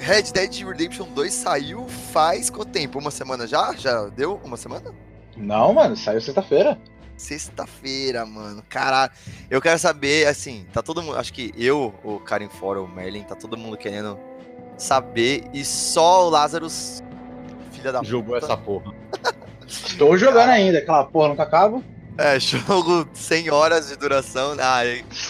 Red Dead Redemption 2 saiu faz quanto tempo? Uma semana já? Já deu uma semana? Não, mano, saiu sexta-feira. Sexta-feira, mano. Caralho. Eu quero saber, assim, tá todo mundo. Acho que eu, o Karim fora, o Merlin, tá todo mundo querendo saber. E só o Lazarus, filha da Jogou puta. essa porra. Estou jogando ainda, aquela porra nunca acaba. É, jogo 100 horas de duração. Ah,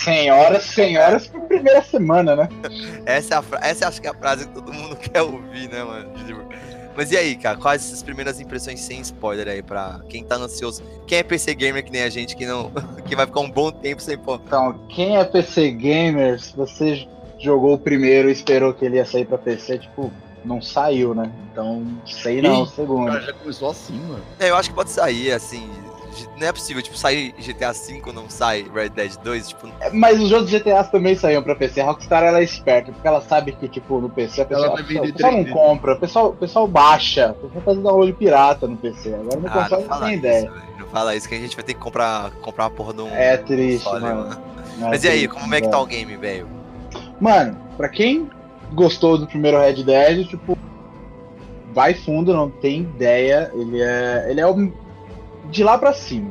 100 horas por primeira semana, né? essa acho que é a frase que todo mundo quer ouvir, né, mano? Mas e aí, cara, quais as primeiras impressões sem spoiler aí pra quem tá ansioso? Quem é PC gamer que nem a gente, que não que vai ficar um bom tempo sem pô. Então, quem é PC gamer, se você jogou o primeiro e esperou que ele ia sair pra PC, tipo, não saiu, né? Então, sei não, o O segundo. cara já começou assim, mano. É, eu acho que pode sair, assim. Não é possível, tipo, sair GTA V não sai Red Dead 2, tipo. Mas os outros GTAs também saíam pra PC. A Rockstar, ela é esperta, porque ela sabe que, tipo, no PC, Ela vai o vender pessoal não 3D. compra, o pessoal baixa, o pessoal faz download pirata no PC. Agora no console Não não fala tem isso, ideia. velho. Não fala isso, que a gente vai ter que comprar uma porra de um. É triste, console, mano. Mas e aí, como é que tá o game, velho? Mano, pra quem gostou do primeiro Red Dead, tipo, vai fundo, não tem ideia. Ele é o de lá pra cima.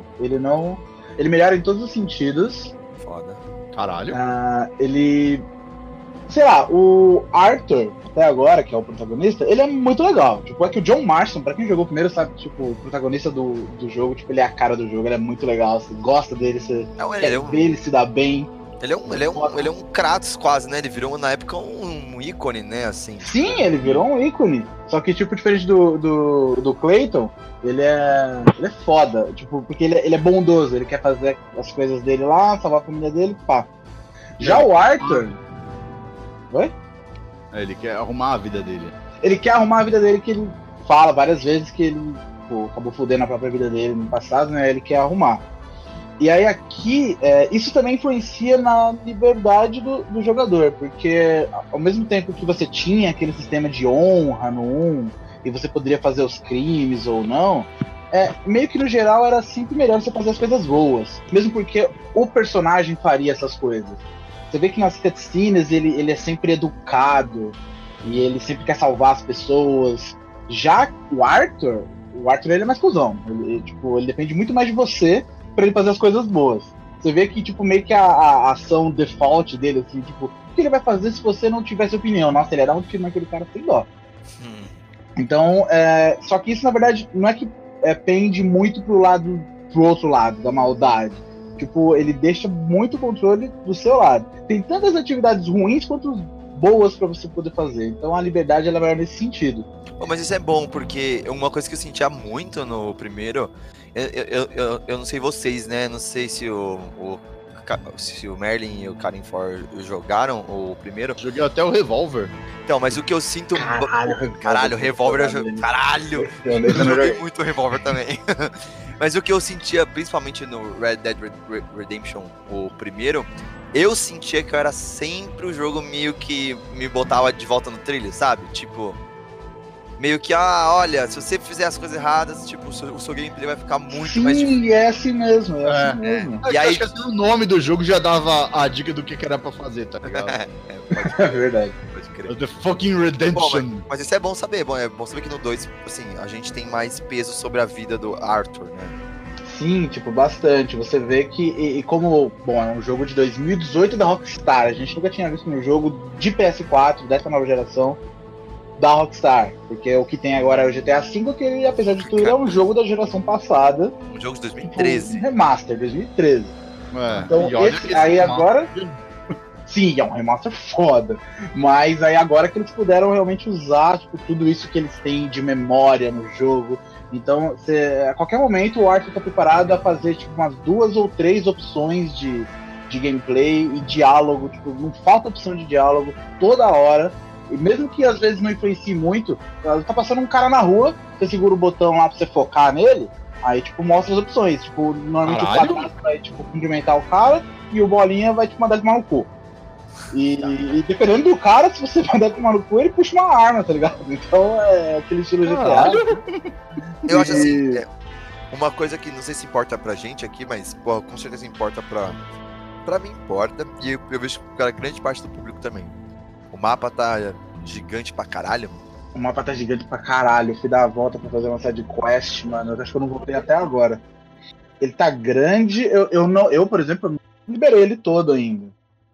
Ele melhora em todos os sentidos. Foda. Caralho. Ele. Sei lá, o Arthur, até agora, que é o protagonista, ele é muito legal. Tipo, é que o John Marston, pra quem jogou primeiro, sabe, tipo, o protagonista do jogo, tipo, ele é a cara do jogo, ele é muito legal. Você gosta dele, você quer ver ele se dá bem. Ele é um Kratos quase, né? Ele virou na época um ícone, né? Assim. Sim, ele virou um ícone. Só que, tipo, diferente do Clayton, ele é foda. Tipo, porque ele é bondoso, ele quer fazer as coisas dele lá, salvar a família dele, pá. Já o Arthur. Oi? Ele quer arrumar a vida dele. Ele quer arrumar a vida dele, que ele fala várias vezes que ele acabou fudendo a própria vida dele no passado, né? Ele quer arrumar. E aí aqui, isso também influencia na liberdade do jogador, porque ao mesmo tempo que você tinha aquele sistema de honra no 1, e você poderia fazer os crimes ou não, meio que no geral era sempre melhor você fazer as coisas boas, mesmo porque o personagem faria essas coisas. Você vê que nas cutscenes ele é sempre educado, e ele sempre quer salvar as pessoas. Já o Arthur ele é mais cuzão, ele depende muito mais de você pra ele fazer as coisas boas. Você vê que, tipo, meio que a ação default dele, assim, tipo, o que ele vai fazer se você não tivesse opinião? Nossa, ele ia dar um tiro naquele cara sem dó. Então, só que isso, na verdade, não é que pende muito pro outro lado, da maldade. Tipo, ele deixa muito controle do seu lado. Tem tantas atividades ruins quanto boas pra você poder fazer. Então a liberdade, ela é maior nesse sentido. Pô, mas isso é bom, porque uma coisa que eu sentia muito no primeiro, eu não sei vocês, né? Não sei se se o Merlin e o Karim For jogaram o primeiro. Joguei até o Revolver. Então, mas o que eu sinto. Caralho, Revolver. Caralho! Eu Eu joguei muito Revolver também. Mas o que eu sentia, principalmente no Red Dead Redemption, o primeiro, eu sentia que eu era sempre o jogo meio que me botava de volta no trilho, sabe? Tipo, meio que, olha, se você fizer as coisas erradas, tipo, o seu gameplay vai ficar muito mais difícil. Sim, é assim mesmo, assim mesmo. E aí, Acho que até o nome do jogo já dava a dica do que era pra fazer, tá ligado? É verdade. Pode crer. The fucking Redemption. Mas isso é bom saber, é bom saber que no 2, assim, a gente tem mais peso sobre a vida do Arthur, né? Sim, tipo, bastante. Você vê que, e como, bom, é um jogo de 2018 da Rockstar, a gente nunca tinha visto um jogo de PS4, dessa nova geração, da Rockstar. Porque o que tem agora é o GTA V, que ele, apesar de tudo, é um jogo da geração passada. Um jogo de 2013. Um remaster, 2013. Então, e olha esse, que aí esse agora... Sim, é um remaster foda. Mas aí agora que eles puderam realmente usar, tipo, tudo isso que eles têm de memória no jogo. Então, a qualquer momento o Arthur tá preparado a fazer tipo, umas 2 ou 3 opções de gameplay e diálogo. Tipo, não falta opção de diálogo toda hora. E mesmo que às vezes não influencie muito, tá passando um cara na rua, você segura o botão lá pra você focar nele, aí tipo, mostra as opções. Tipo, normalmente o quadrado vai tipo, cumprimentar o cara e o bolinha vai tipo, mandar ele tomar no cu. E dependendo do cara, se você mandar tomar no cu, ele puxa uma arma, tá ligado? Então é aquele estilo GTA. Eu acho assim, uma coisa que não sei se importa pra gente aqui, mas pô, com certeza importa pra mim importa, e eu vejo que para grande parte do público também. O mapa tá gigante pra caralho. O mapa tá gigante pra caralho. Eu fui dar a volta pra fazer uma side quest, mano. Eu acho que eu não voltei até agora. Ele tá grande. Eu, por exemplo, não liberei ele todo ainda.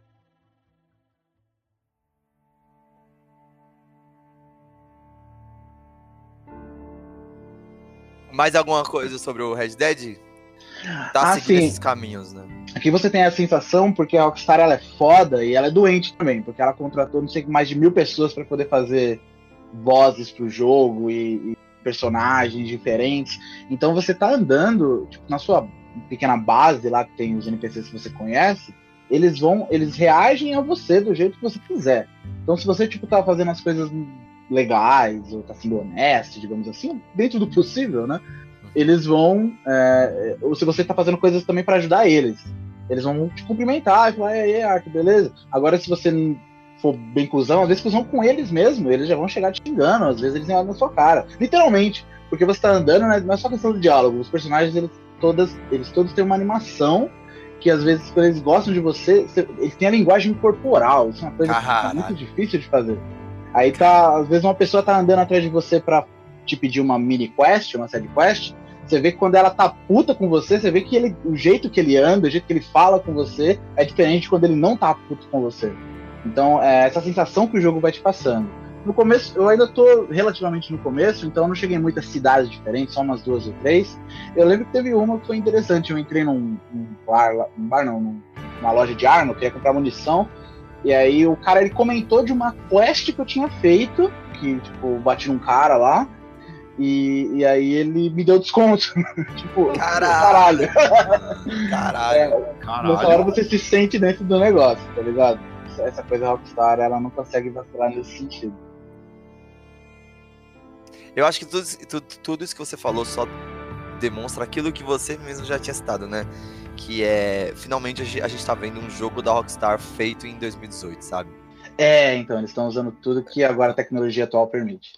Mais alguma coisa sobre o Red Dead? Tá seguindo esses caminhos, né? Aqui você tem a sensação, porque a Rockstar ela é foda e ela é doente também, porque ela contratou não sei mais de 1000 pessoas pra poder fazer vozes pro jogo e personagens diferentes. Então você tá andando, tipo, na sua pequena base lá que tem os NPCs que você conhece, eles reagem a você do jeito que você quiser. Então se você tipo tá fazendo as coisas legais ou tá sendo honesto, digamos assim, dentro do possível, né? Eles vão, ou se você tá fazendo coisas também pra ajudar eles vão te cumprimentar e falar, e aí, Arthur, beleza? Agora se você não for bem cuzão, às vezes cuzão com eles mesmo, eles já vão chegar te xingando, às vezes eles vêm na sua cara, literalmente, porque você tá andando, né, não é só questão do diálogo, os personagens, eles todos têm uma animação que às vezes, quando eles gostam de você, eles têm a linguagem corporal, isso é uma coisa que é muito difícil de fazer. Aí tá, às vezes uma pessoa tá andando atrás de você pra te pedir uma mini quest, uma side quest, você vê que quando ela tá puta com você, você vê que o jeito que ele anda, o jeito que ele fala com você, é diferente de quando ele não tá puto com você. Então, essa sensação que o jogo vai te passando. No começo, eu ainda tô relativamente no começo, então eu não cheguei em muitas cidades diferentes, só umas 2 ou 3. Eu lembro que teve uma que foi interessante, eu entrei numa loja de arma, eu queria comprar munição, e aí o cara, ele comentou de uma quest que eu tinha feito, que, tipo, eu bati num cara lá, e aí ele me deu desconto. Tipo, caralho. Nessa hora você se sente dentro do negócio, tá ligado? Essa coisa Rockstar, ela não consegue vacilar nesse sentido. Eu acho que tudo isso que você falou só demonstra aquilo que você mesmo já tinha citado, né? Que finalmente a gente tá vendo um jogo da Rockstar feito em 2018, sabe? Então, eles estão usando tudo que agora a tecnologia atual permite.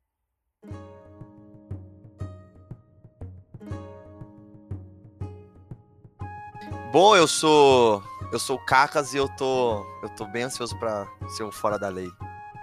Bom, eu sou o Cacas e eu tô bem ansioso pra ser o fora da lei.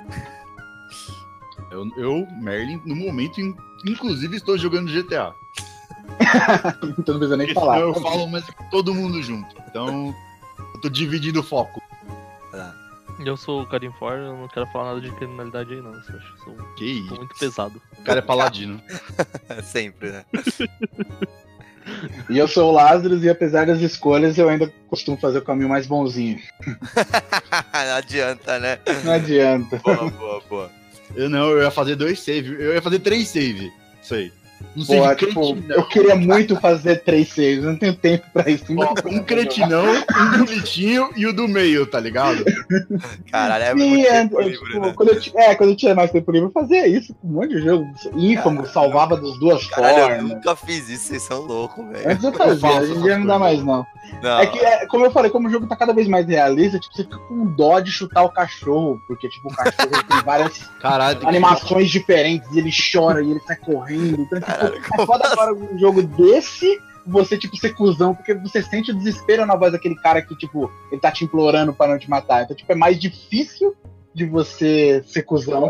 Eu, Merlin, no momento, inclusive, estou jogando GTA. Então não precisa nem falar. Eu falo, mas todo mundo junto. Então, eu tô dividindo o foco. Eu sou o Karim For, eu não quero falar nada de criminalidade aí, não. Eu acho que sou muito pesado. O cara é paladino. Sempre, né? E eu sou o Lázaro, e apesar das escolhas, eu ainda costumo fazer o caminho mais bonzinho. Não adianta, né? Não adianta. Boa. Eu ia fazer 2 save. Eu ia fazer 3 save. Isso aí. Eu queria muito fazer 3 saves, eu não tenho tempo pra isso. Um cretinão, um bonitinho e o do meio, tá ligado? Caralho, muito tempo livre, né? Quando eu tinha mais tempo livre, eu fazia isso com um monte de jogo. Ínfamo, salvava das 2 formas. Eu nunca fiz isso, vocês são loucos, velho. Antes eu fazia, hoje em dia não dá mais, não. É que, como eu falei, como o jogo tá cada vez mais realista, tipo, você fica com dó de chutar o cachorro, porque, tipo, o cachorro tem várias animações diferentes, e ele chora, e ele sai correndo. Então, tipo, é foda agora um jogo desse, você, tipo, ser cuzão, porque você sente o desespero na voz daquele cara que, tipo, ele tá te implorando pra não te matar. Então, tipo, é mais difícil de você ser cuzão.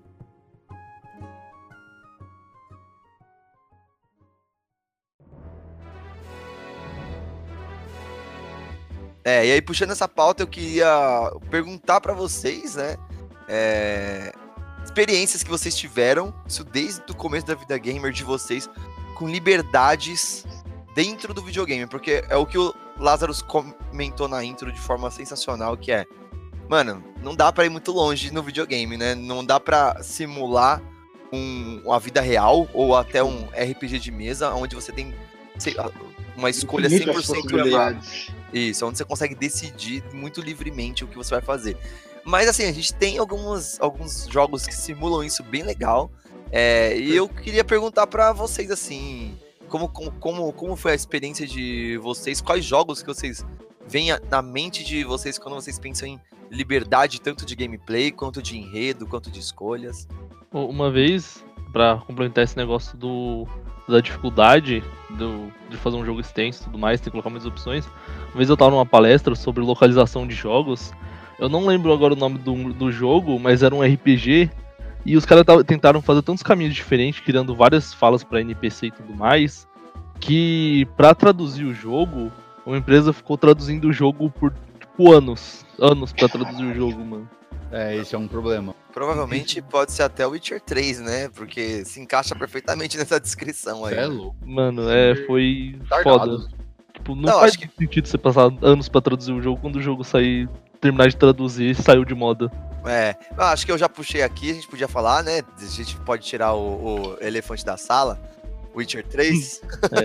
E aí, puxando essa pauta, eu queria perguntar pra vocês, né? Experiências que vocês tiveram, isso desde o começo da vida gamer de vocês, com liberdades dentro do videogame. Porque é o que o Lázaro comentou na intro de forma sensacional, que mano, não dá pra ir muito longe no videogame, né? Não dá pra simular uma vida real ou até um RPG de mesa, onde você tem uma escolha 100% livre. Isso, onde você consegue decidir muito livremente o que você vai fazer. Mas assim, a gente tem alguns jogos que simulam isso bem legal. E eu queria perguntar pra vocês assim, como foi a experiência de vocês? Quais jogos que vocês veem na mente de vocês quando vocês pensam em liberdade, tanto de gameplay, quanto de enredo, quanto de escolhas? Uma vez, pra complementar esse negócio da dificuldade de fazer um jogo extenso e tudo mais, ter que colocar muitas opções. Uma vez eu tava numa palestra sobre localização de jogos, Eu não lembro agora o nome do jogo, mas era um RPG. E os caras tentaram fazer tantos caminhos diferentes, criando várias falas pra NPC e tudo mais, que pra traduzir o jogo, uma empresa ficou traduzindo o jogo por, tipo, anos. Anos pra traduzir o jogo, mano. Esse é um problema. Provavelmente pode ser até o Witcher 3, né? Porque se encaixa perfeitamente nessa descrição aí. É louco. Mano, foi Tardados. foda. Tipo, não Não, faz acho sentido você passar anos pra traduzir o jogo quando o jogo terminar de traduzir e saiu de moda. Eu acho que eu já puxei aqui, a gente podia falar, né? A gente pode tirar o elefante da sala, Witcher 3.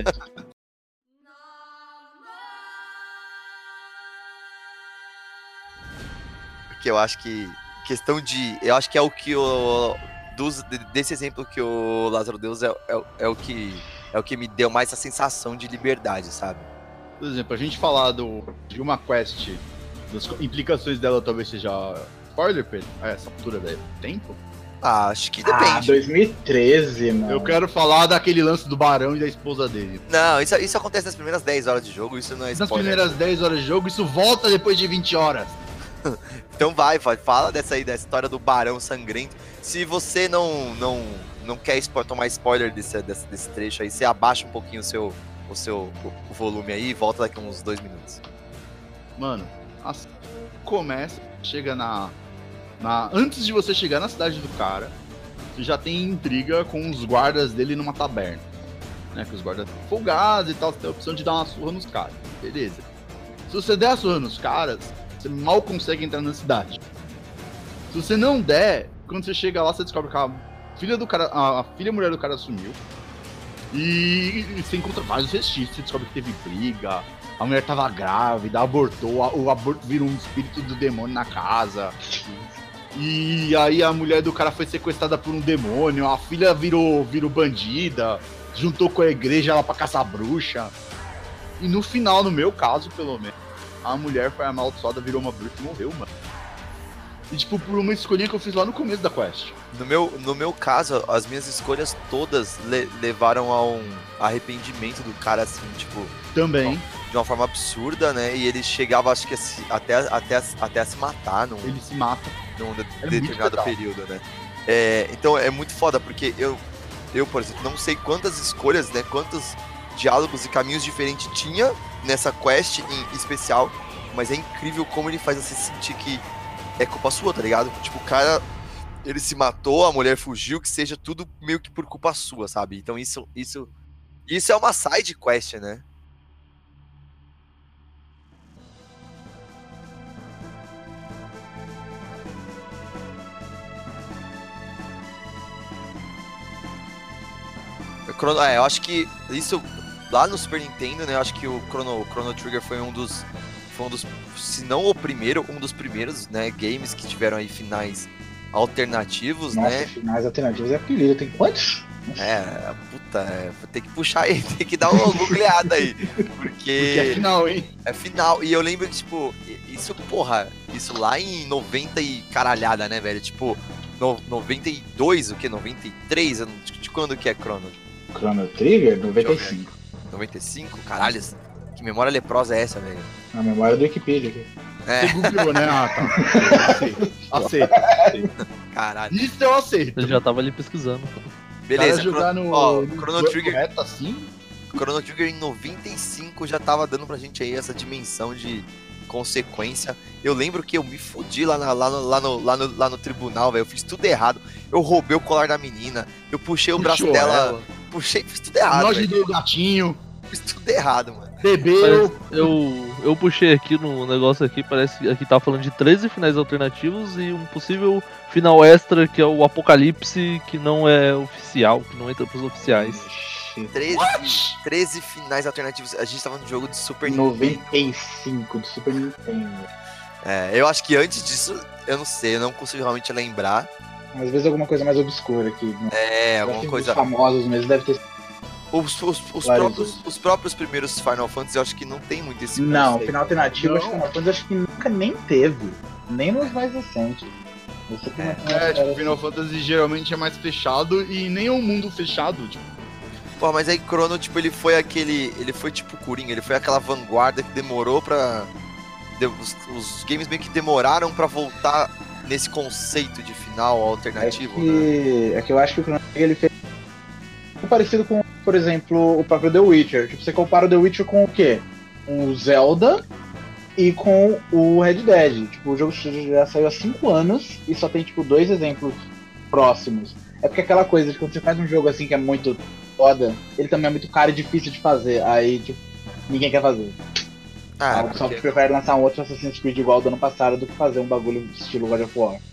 Porque eu acho que questão de... Eu acho que é o que desse exemplo que o Lázaro Deus é o que me deu mais essa sensação de liberdade, sabe? Por exemplo, a gente falar de uma quest, das implicações dela talvez seja spoiler, Pedro? A essa altura do tempo? Acho que depende. 2013, mano. Eu quero falar daquele lance do barão e da esposa dele. Não, isso acontece nas primeiras 10 horas de jogo, isso não é spoiler. Nas primeiras 10 horas de jogo, isso volta depois de 20 horas. Então fala dessa história do Barão Sangrento. Se você não quer tomar spoiler desse trecho aí, você abaixa um pouquinho o volume aí e volta daqui uns 2 minutos. Mano, assim, começa, chega antes de você chegar na cidade do cara, você já tem intriga com os guardas dele numa taberna. Né, que os guardas estão folgados e tal, você tem a opção de dar uma surra nos caras. Beleza. Se você der a surra nos caras, você mal consegue entrar na cidade. Se você não der, quando você chega lá, você descobre que a filha e a mulher do cara sumiu. E você encontra vários vestígios, você descobre que teve briga, a mulher tava grávida, abortou, o aborto virou um espírito do demônio na casa. E aí a mulher do cara foi sequestrada por um demônio, a filha virou bandida, juntou com a igreja lá pra caçar bruxa. E no final, no meu caso, pelo menos, a mulher foi amaldiçoada, virou uma bruxa e morreu, mano. E tipo, por uma escolhinha que eu fiz lá no começo da quest. No meu caso, as minhas escolhas todas levaram a um arrependimento do cara, assim, tipo... Também. De uma forma absurda, né? E ele chegava, acho que até a se matar Ele se mata. num determinado período, né? Então é muito foda, porque eu, por exemplo, não sei quantas escolhas, né? Quantos diálogos e caminhos diferentes tinha nessa quest em especial, mas é incrível como ele faz você sentir que é culpa sua, tá ligado? Tipo, o cara, ele se matou, a mulher fugiu, que seja tudo meio que por culpa sua, sabe? Então isso é uma side quest, né? Eu acho que isso lá no Super Nintendo, né? Eu acho que o Chrono Trigger foi um dos, se não o primeiro, um dos primeiros, né, games que tiveram aí finais alternativos, Nossa, né? finais alternativos é apelido, tem quantos? Vou ter que puxar aí, tem que dar uma googleada aí, Porque é final, hein? É final, e eu lembro que, tipo, isso lá em 90 e caralhada, né, velho? Tipo, 92, o que? 93? De quando que é Chrono? Chrono Trigger, 95. 95? Caralho, que memória leprosa é essa, velho? A memória do Wikipedia aqui. Você googleou, né? Ah, tá. Aceito. Caralho. Isso eu aceito. Eu já tava ali pesquisando. Beleza, jogar Chrono Trigger. Correto assim? Chrono Trigger em 95 já tava dando pra gente aí essa dimensão de consequência. Eu lembro que eu me fudi lá no tribunal, velho. Eu fiz tudo errado. Eu roubei o colar da menina. Eu puxei o braço dela. Fiz tudo errado. Nós do gatinho. Fiz tudo errado, mano. Bebeu. Eu puxei aqui no negócio aqui, parece que aqui tá falando de 13 finais alternativos e um possível final extra, que é o Apocalipse, que não é oficial, que não entra pros oficiais. 13 finais alternativos. A gente tava no jogo de Super Nintendo. 95 do Super Nintendo. Eu acho que antes disso, eu não sei, eu não consigo realmente lembrar. Às vezes alguma coisa mais obscura aqui. Né? Alguma coisa. Os famosos mesmo deve ter. Os próprios primeiros Final Fantasy, eu acho que não tem muito esse Não, conceito. final alternativo, acho que Final Fantasy acho que nunca nem teve. Nem nos mais recentes. Tipo, Final Fantasy geralmente é mais fechado e nem é um mundo fechado, tipo. Pô, mas aí Chrono, tipo, ele foi tipo Coringa, ele foi aquela vanguarda que demorou pra os games meio que demoraram pra voltar nesse conceito de final alternativo, né? É que eu acho que o Chrono Trigger ele fez parecido com, por exemplo, o próprio The Witcher. Tipo, você compara o The Witcher com o quê? Com o Zelda e com o Red Dead. Tipo, o jogo já saiu há 5 anos e só tem, tipo, 2 exemplos próximos. É porque aquela coisa de quando você faz um jogo assim que é muito foda, ele também é muito caro e difícil de fazer. Aí, tipo, ninguém quer fazer. A Ubisoft prefere lançar um outro Assassin's Creed igual do ano passado do que fazer um bagulho estilo God of War.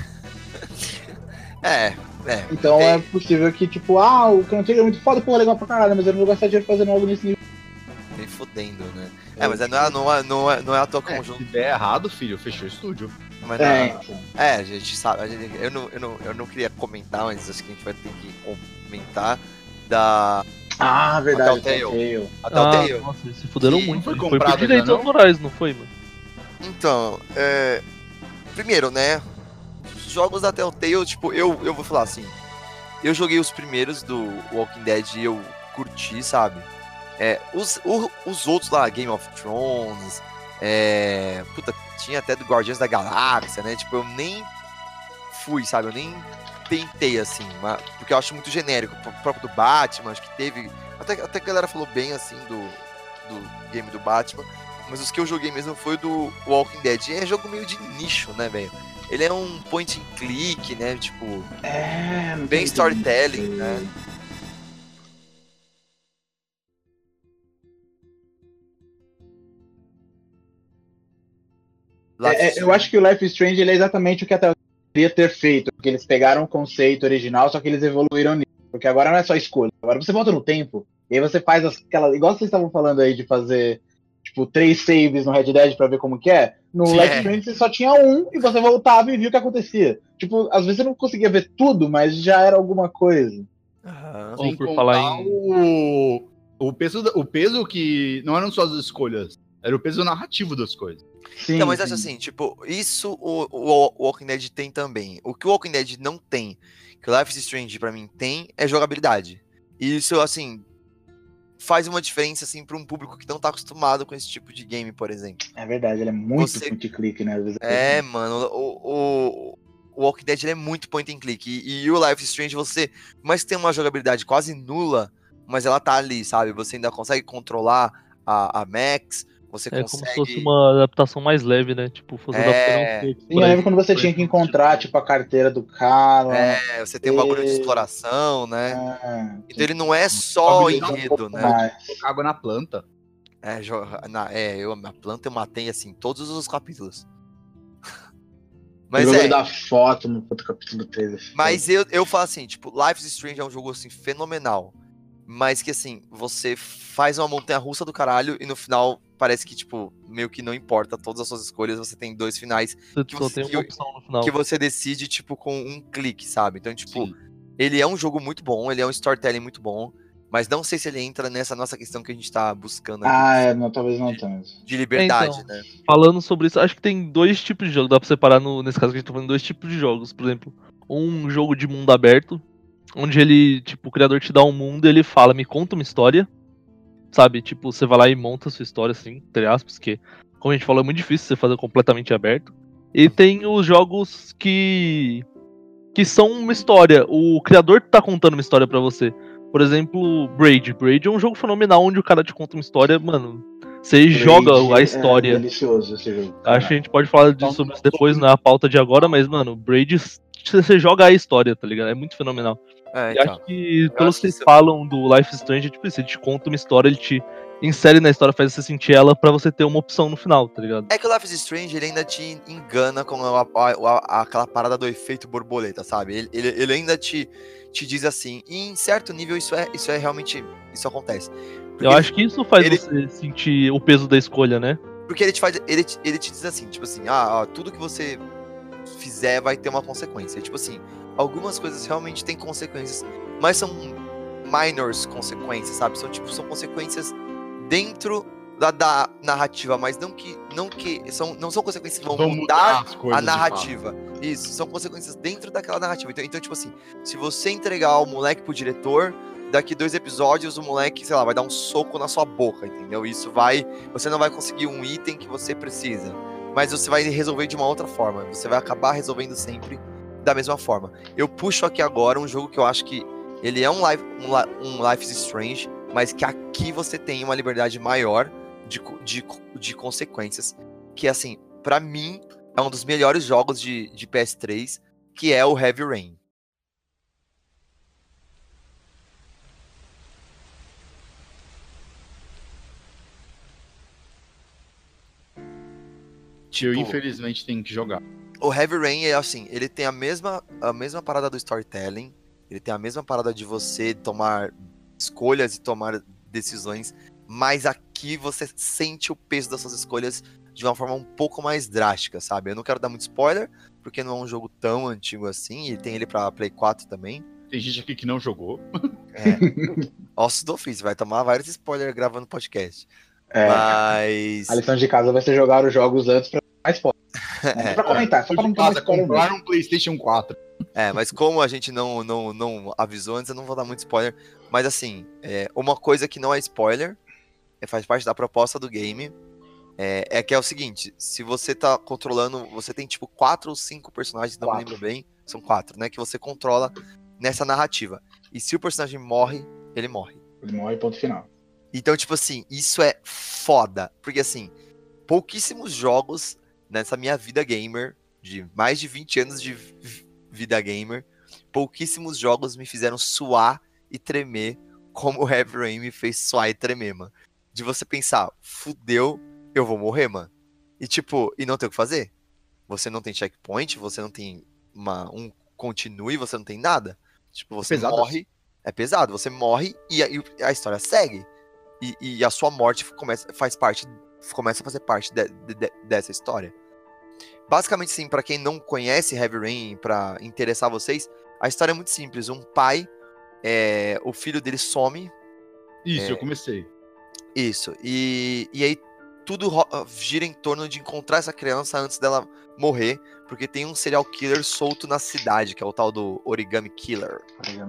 Então é possível que, tipo, o Chrono Trigger é muito foda, pô, legal pra caralho, mas eu não vou gastar dinheiro fazendo algo nesse nível. Nem fodendo, né? Mas não é a tua conjunto. Se der errado, filho, fechou o estúdio. Mas a gente sabe. Eu não queria comentar, mas acho que a gente vai ter que comentar da. Verdade, A Telltale. Nossa, eles se fuderam muito. Foi Foi comprado por direitos já, não? autorais, não foi, mano? Então, primeiro, né? Os jogos da Telltale, tipo, eu vou falar assim. Eu joguei os primeiros do Walking Dead e eu curti, sabe? Os outros lá, Game of Thrones, tinha até do Guardiões da Galáxia, né? Tipo, eu nem fui, sabe? Eu nem tentei, assim, porque eu acho muito genérico. O próprio do Batman, acho que teve... Até que a galera falou bem, assim, do game do Batman. Mas os que eu joguei mesmo foi do Walking Dead. E é jogo meio de nicho, né, velho? Ele é um point and click, né? Tipo... bem storytelling, né? Eu acho que o Life is Strange ele é exatamente o que a Telltale queria ter feito, porque eles pegaram o conceito original, só que eles evoluíram nisso. Porque agora não é só escolha, agora você volta no tempo, e aí você faz aquela... Igual vocês estavam falando aí de fazer, tipo, 3 saves no Red Dead pra ver como que é. No Life is Strange você só tinha um, e você voltava e via o que acontecia. Tipo, às vezes você não conseguia ver tudo, mas já era alguma coisa. Sem por contar falar o peso que não eram só as escolhas, era o peso narrativo das coisas. Sim, então, mas acho assim, tipo, isso o Walking Dead tem também. O que o Walking Dead não tem, que o Life is Strange pra mim tem, é jogabilidade. E isso, assim, faz uma diferença, assim, pra um público que não tá acostumado com esse tipo de game, por exemplo. É verdade, ele é muito point and click, né? Às vezes mano, o Walking Dead ele é muito point and click. E o Life is Strange, você, mas tem uma jogabilidade quase nula, mas ela tá ali, sabe? Você ainda consegue controlar a Max. Você consegue... como se fosse uma adaptação mais leve, né? Tipo, fosse adaptando um pouco. Sim, eu lembro quando você tinha que encontrar, tipo, a carteira do cara. Você tem um bagulho de exploração, né? Então ele não é só enredo, né? Colocar água na planta. A planta eu matei, assim, todos os capítulos. Mas da foto no capítulo 13. Mas eu falo assim, tipo, Life is Strange é um jogo, assim, fenomenal. Mas que, assim, você faz uma montanha-russa do caralho e no final parece que, tipo, meio que não importa todas as suas escolhas, você tem 2 finais Você tem uma opção no final. que você decide, tipo, com um clique, sabe? Então, tipo, ele é um jogo muito bom, ele é um storytelling muito bom, mas não sei se ele entra nessa nossa questão que a gente tá buscando aqui. Não, talvez não tanto. De liberdade, né? Falando sobre isso, acho que tem 2 tipos de jogos, dá pra separar nesse caso que a gente tá falando, 2 tipos de jogos. Por exemplo, um jogo de mundo aberto, onde ele, tipo, o criador te dá um mundo e ele fala, me conta uma história, sabe? Tipo, você vai lá e monta a sua história, assim, entre aspas, que, como a gente falou, é muito difícil você fazer completamente aberto. E tem os jogos que são uma história, o criador tá contando uma história pra você. Por exemplo, Braid. Braid é um jogo fenomenal, onde o cara te conta uma história, mano, você joga a história. É delicioso esse jogo. Acho que a gente pode falar sobre isso depois, não é a pauta de agora, mas, mano, Braid, você joga a história, tá ligado? É muito fenomenal. E acho que, pelo que vocês falam do Life is Strange, tipo, ele te conta uma história, ele te insere na história, faz você sentir ela pra você ter uma opção no final, tá ligado? É que o Life is Strange, ele ainda te engana com aquela parada do efeito borboleta, sabe? Ele ainda te diz assim, e em certo nível isso é realmente, isso acontece. Porque eu acho que isso faz você sentir o peso da escolha, né? Porque ele te diz assim, tipo assim, tudo que você fizer vai ter uma consequência. Tipo assim, algumas coisas realmente têm consequências, mas são minors consequências, sabe? São consequências dentro da narrativa, mas não são consequências que vão mudar a narrativa. Isso, são consequências dentro daquela narrativa. Então, tipo assim, se você entregar o moleque pro diretor, daqui 2 episódios o moleque, sei lá, vai dar um soco na sua boca, entendeu? Você não vai conseguir um item que você precisa, mas você vai resolver de uma outra forma. Você vai acabar resolvendo sempre da mesma forma. Eu puxo aqui agora um jogo que eu acho que ele é um Life is Strange, mas que aqui você tem uma liberdade maior de consequências, que assim, pra mim, é um dos melhores jogos de PS3, que é o Heavy Rain. Eu, infelizmente, tenho que jogar. O Heavy Rain é assim, ele tem a mesma parada do storytelling, ele tem a mesma parada de você tomar escolhas e tomar decisões, mas aqui você sente o peso das suas escolhas de uma forma um pouco mais drástica, sabe? Eu não quero dar muito spoiler, porque não é um jogo tão antigo assim, e tem ele pra Play 4 também. Tem gente aqui que não jogou. Ossos do ofício, vai tomar vários spoilers gravando podcast. Mas... a lição de casa vai ser jogar os jogos antes pra mais spoiler. Pra comentar, só pra não tomar spoiler. Comprar um PlayStation 4. Mas como a gente não avisou antes, eu não vou dar muito spoiler. Mas assim, uma coisa que não é spoiler, faz parte da proposta do game, que é o seguinte: se você tá controlando, você tem tipo 4 ou 5 personagens, não me lembro bem, são 4, né? Que você controla nessa narrativa. E se o personagem morre, ele morre. Ele morre, ponto final. Então, tipo assim, isso é foda. Porque assim, pouquíssimos jogos nessa minha vida gamer, de mais de 20 anos de vida gamer, pouquíssimos jogos me fizeram suar e tremer como o Heavy Rain me fez suar e tremer, mano. De você pensar, fudeu, eu vou morrer, mano. E tipo, e não tem o que fazer. Você não tem checkpoint, você não tem um continue, você não tem nada. Tipo, você morre, é pesado, você morre e a história segue. E a sua morte começa a fazer parte dessa história. Basicamente, sim, pra quem não conhece Heavy Rain, pra interessar vocês, a história é muito simples. Um pai, o filho dele some. Isso, eu comecei. Isso, e aí tudo gira em torno de encontrar essa criança antes dela morrer, porque tem um serial killer solto na cidade, que é o tal do Origami Killer.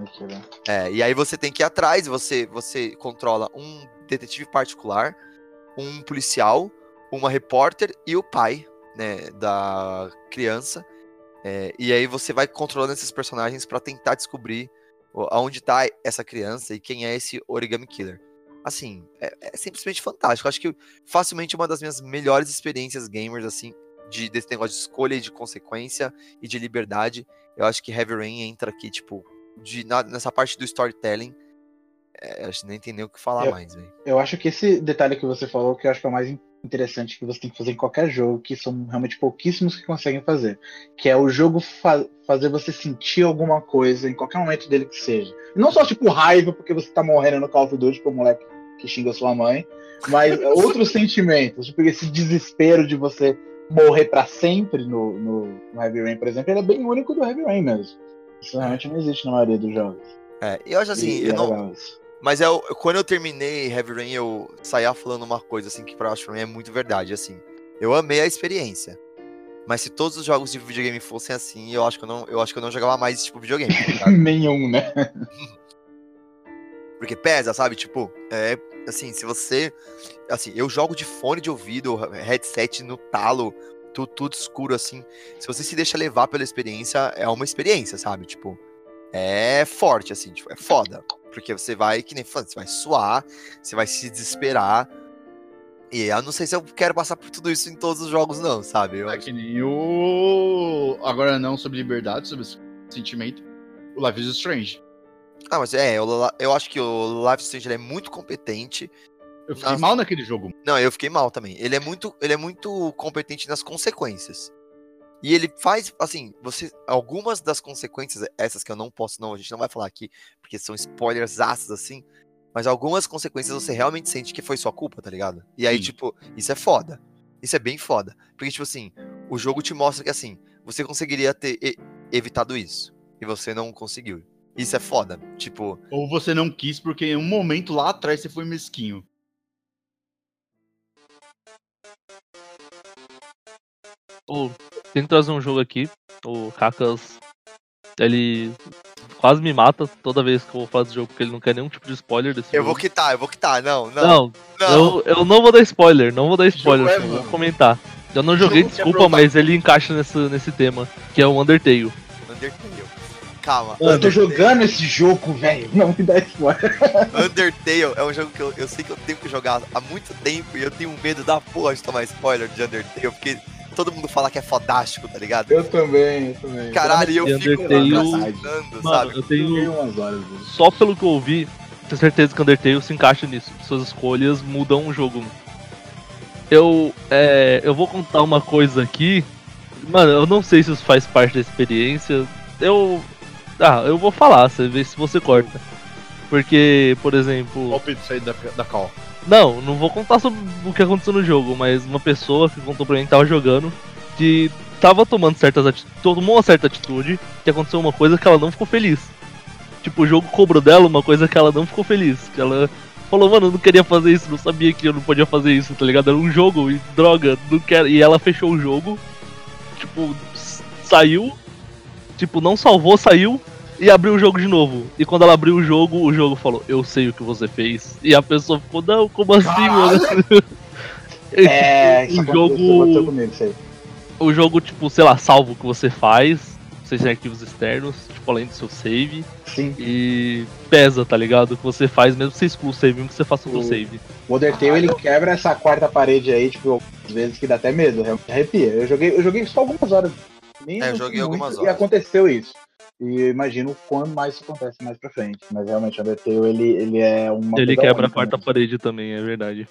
E aí você tem que ir atrás, você controla um detetive particular, um policial, uma repórter e o pai, né, da criança. E aí você vai controlando esses personagens pra tentar descobrir aonde tá essa criança e quem é esse Origami Killer. Assim, é simplesmente fantástico. Eu acho que facilmente uma das minhas melhores experiências gamers, assim, desse negócio de escolha e de consequência e de liberdade. Eu acho que Heavy Rain entra aqui, tipo, nessa parte do storytelling. Acho que nem tem nem o que falar mais, velho. Eu acho que esse detalhe que você falou, que eu acho que é o mais interessante que você tem que fazer em qualquer jogo, que são realmente pouquíssimos que conseguem fazer, que é o jogo fazer você sentir alguma coisa em qualquer momento dele que seja. E não só tipo raiva porque você tá morrendo no Call of Duty pro moleque que xinga sua mãe, mas outros sentimentos, tipo esse desespero de você morrer pra sempre no Heavy Rain, por exemplo, ele é bem único do Heavy Rain mesmo. Isso realmente não existe na maioria dos jogos. Eu acho assim, mas quando eu terminei Heavy Rain, eu saía falando uma coisa assim que pra mim é muito verdade, assim. Eu amei a experiência. Mas se todos os jogos de videogame fossem assim, eu acho que eu não jogava mais esse tipo de videogame. Tá? Nenhum, né? Porque pesa, sabe? Tipo, assim, se você... Assim, eu jogo de fone de ouvido, headset no talo, tudo escuro, assim. Se você se deixa levar pela experiência, é uma experiência, sabe? Tipo, é forte, assim, tipo, é foda. Porque você vai, que nem falando, você vai suar, você vai se desesperar. E eu não sei se eu quero passar por tudo isso em todos os jogos, não, sabe? Que nem o... Agora não sobre liberdade, sobre esse sentimento, o Life is Strange. Mas eu acho que o Life is Strange é muito competente. Eu fiquei mal naquele jogo. Não, eu fiquei mal também. Ele é muito competente nas consequências. E ele faz, assim, algumas das consequências, essas que eu não posso, a gente não vai falar aqui, porque são spoilers ácidos, assim, mas algumas consequências você realmente sente que foi sua culpa, tá ligado? E aí, tipo, isso é foda. Isso é bem foda. Porque, tipo assim, o jogo te mostra que, assim, você conseguiria ter evitado isso. E você não conseguiu. Isso é foda. Tipo... Ou você não quis porque em um momento lá atrás você foi mesquinho. Tento trazer um jogo aqui. O Kakas, ele quase me mata toda vez que eu vou falar desse jogo, porque ele não quer nenhum tipo de spoiler desse Eu jogo. vou quitar, não. Eu não vou dar spoiler, jogo é, só vou mano. comentar. Eu não joguei, jogo que é desculpa, provável. mas ele encaixa nesse tema, que é o Undertale. Undertale. Calma. Eu tô jogando esse jogo, velho. Não me dá spoiler. Undertale é um jogo que eu sei que eu tenho que jogar há muito tempo e eu tenho medo da porra de tomar spoiler de Undertale, porque todo mundo fala que é fodástico, tá ligado? Eu também. Caralho, e eu E fico Undertale- procrastinando, Mano, sabe? eu tenho, umas horas. só pelo que eu ouvi, tenho certeza que Undertale se encaixa nisso. Suas escolhas mudam o jogo. Eu vou contar uma coisa aqui. Mano, eu não sei se isso faz parte da experiência. Eu vou falar, você vê se você corta. Porque, por exemplo... Palpite sair da call. Não vou contar sobre o que aconteceu no jogo, mas uma pessoa que contou pra mim que tava jogando, que tava tomando tomou uma certa atitude, que aconteceu uma coisa que ela não ficou feliz. Tipo, o jogo cobrou dela uma coisa que ela não ficou feliz. Que ela falou, mano, eu não queria fazer isso, não sabia que eu não podia fazer isso, tá ligado? Era um jogo e droga, não quero. E ela fechou o jogo, tipo, saiu, tipo, não salvou, saiu e abriu o jogo de novo. E quando ela abriu o jogo falou, eu sei o que você fez. E a pessoa ficou, não, como assim, mano? Isso o aconteceu jogo. comigo, isso aí. O jogo, tipo, sei lá, salvo o que você faz, não sei se é arquivos externos, tipo, além do seu save. Sim. E pesa, tá ligado? O que você faz, mesmo que você exclua o save, mesmo que você faça outro save. O Undertale, ele quebra essa quarta parede aí, tipo, às vezes que dá até medo, realmente arrepia. Eu joguei só algumas horas. Nem Eu joguei muito, algumas E horas. aconteceu isso. E eu imagino quando mais isso acontece mais pra frente. Mas realmente o Undertale, ele é uma Ele coisa quebra a única, quarta né? parede também, é verdade.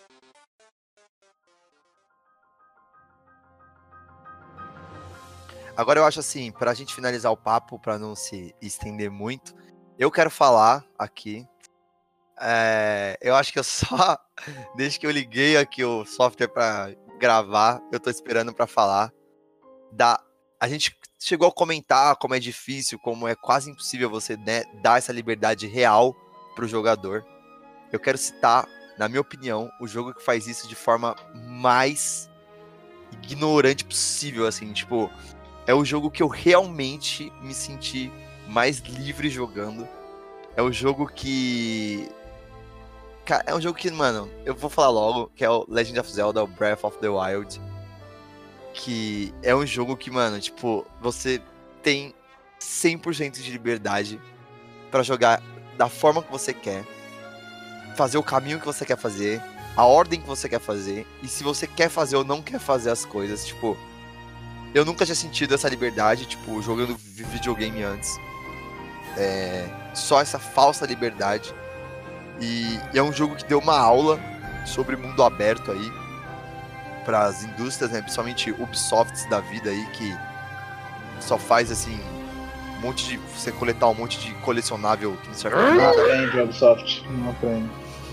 Agora eu acho assim, pra gente finalizar o papo, pra não se estender muito, eu quero falar aqui. Eu acho que eu só. Desde que eu liguei aqui o software pra gravar, eu tô esperando pra falar. A gente chegou a comentar como é difícil, como é quase impossível você, né, dar essa liberdade real pro jogador. Eu quero citar, na minha opinião, o jogo que faz isso de forma mais ignorante possível, assim, tipo. É o jogo que eu realmente me senti mais livre jogando. É o jogo que... Cara, é um jogo que, mano, eu vou falar logo, que é o Legend of Zelda, o Breath of the Wild. Que é um jogo que, mano, tipo, você tem 100% de liberdade pra jogar da forma que você quer. Fazer o caminho que você quer fazer, a ordem que você quer fazer. E se você quer fazer ou não quer fazer as coisas, tipo... Eu nunca tinha sentido essa liberdade, tipo, jogando videogame antes. Só essa falsa liberdade. E é um jogo que deu uma aula sobre mundo aberto aí para as indústrias, né? Principalmente Ubisofts da vida aí, que só faz, assim, um monte de... Você coletar um monte de colecionável que não serve pra Não nada. aprende, Ubisoft. Não aprende.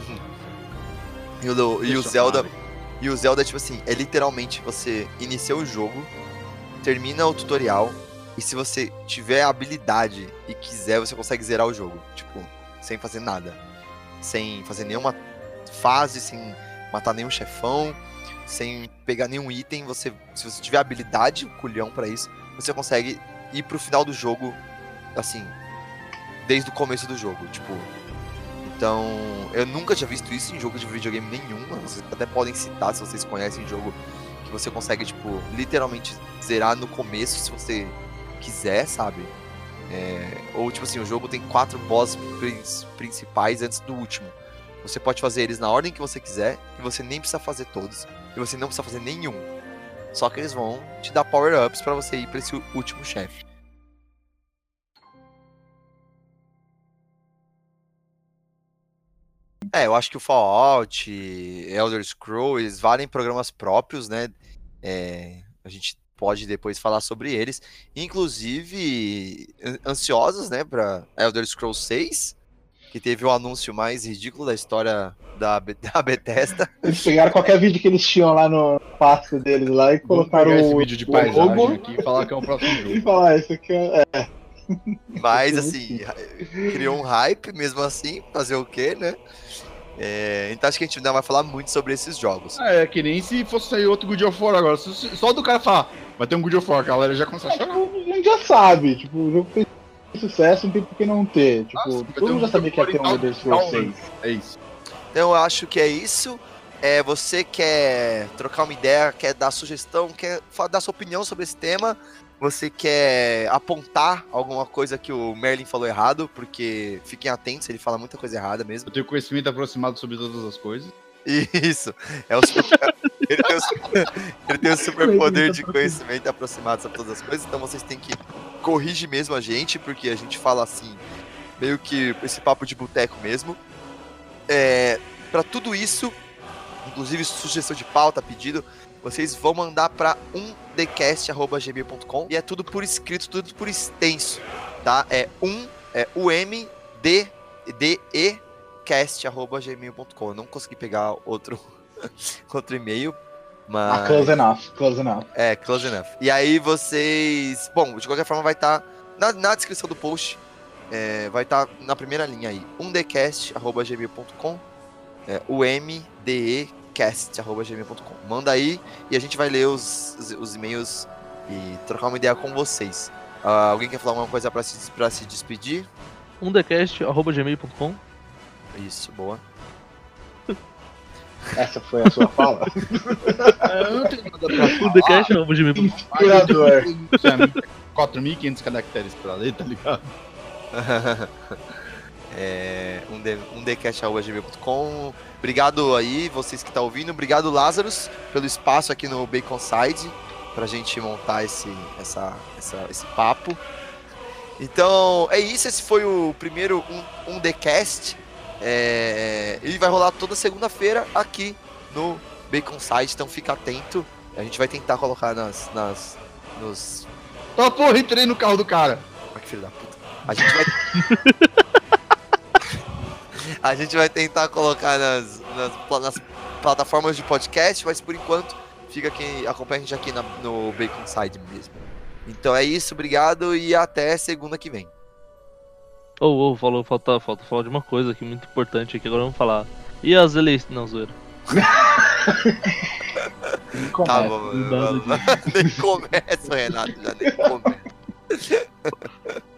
E o Zelda, tipo assim, é literalmente você inicia o jogo, termina o tutorial, e se você tiver habilidade e quiser, você consegue zerar o jogo. Tipo, sem fazer nada. Sem fazer nenhuma fase, sem matar nenhum chefão, sem pegar nenhum item. Se você tiver habilidade, culhão pra isso, você consegue ir pro final do jogo, assim, desde o começo do jogo, tipo... Então, eu nunca tinha visto isso em jogo de videogame nenhum. Vocês até podem citar se vocês conhecem jogo que você consegue, tipo, literalmente zerar no começo, se você quiser, sabe? Ou, tipo assim, o jogo tem 4 bosses principais antes do último. Você pode fazer eles na ordem que você quiser, e você nem precisa fazer todos, e você não precisa fazer nenhum. Só que eles vão te dar power-ups pra você ir pra esse último chefe. Eu acho que o Fallout, Elder Scrolls, eles valem programas próprios, né? A gente pode depois falar sobre eles. Inclusive, ansiosos, né, pra Elder Scrolls 6, que teve o anúncio mais ridículo da história da Bethesda. Eles pegaram qualquer vídeo que eles tinham lá no passo deles lá e Vamos colocaram pegar esse vídeo de paisagem logo aqui e falar que é o próximo e jogo. falar, isso aqui é... Mas, assim, criou um hype mesmo assim, fazer o quê, né? Então acho que a gente ainda vai falar muito sobre esses jogos. É que nem se fosse sair outro God of War agora. Só do cara falar, vai ter um God of War, a galera já começa a chorar. A gente já sabe, tipo, o jogo fez sucesso, não tem por que não ter. Tipo, Nossa, todo mundo já sabia que ia ter um Elder Scrolls 6. É isso. Então eu acho que é isso. Você quer trocar uma ideia, quer dar sugestão, quer dar sua opinião sobre esse tema, você quer apontar alguma coisa que o Merlin falou errado, porque fiquem atentos, ele fala muita coisa errada mesmo. Eu tenho conhecimento aproximado sobre todas as coisas. Isso, é o super... ele tem o super poder de conhecimento aproximado sobre todas as coisas, então vocês têm que corrigir mesmo a gente, porque a gente fala assim, meio que esse papo de boteco mesmo. Pra tudo isso, inclusive sugestão de pauta, pedido, vocês vão mandar para umdcast@gmail.com e é tudo por escrito, tudo por extenso, tá? umdecast@gmail.com. Eu não consegui pegar outro e-mail, mas... Close enough, close enough. Close enough. E aí vocês... Bom, de qualquer forma vai estar na descrição do post, vai estar na primeira linha aí, umdecast@gmail.com, umdecast@gmail.com. Manda aí e a gente vai ler os e-mails e trocar uma ideia com vocês. Alguém quer falar alguma coisa pra se despedir? umdecast@gmail.com. Isso, boa. Essa foi a sua fala? Eu não tenho nada pra falar. umdecast@gmail.com. Inspirador. 4.500 caracteres pra ler, tá ligado? umdecast@gmail.com. Obrigado aí, vocês que estão ouvindo. Obrigado, Lazarus, pelo espaço aqui no Baconside pra gente montar esse papo. Então, é isso. Esse foi o primeiro Umdecast. Ele vai rolar toda segunda-feira aqui no Baconside, então fica atento. A gente vai tentar colocar nos... Ó, porra, entrei no carro do cara. Ah, que filho da puta. A gente vai tentar colocar nas plataformas de podcast, mas por enquanto fica aqui, acompanha a gente aqui no Baconside mesmo. Então é isso, obrigado e até segunda que vem. Falta falar de uma coisa aqui muito importante aqui, agora vamos falar. E as eleições? Não, zoeira. Tá bom, nem começa, Renato, já nem começa.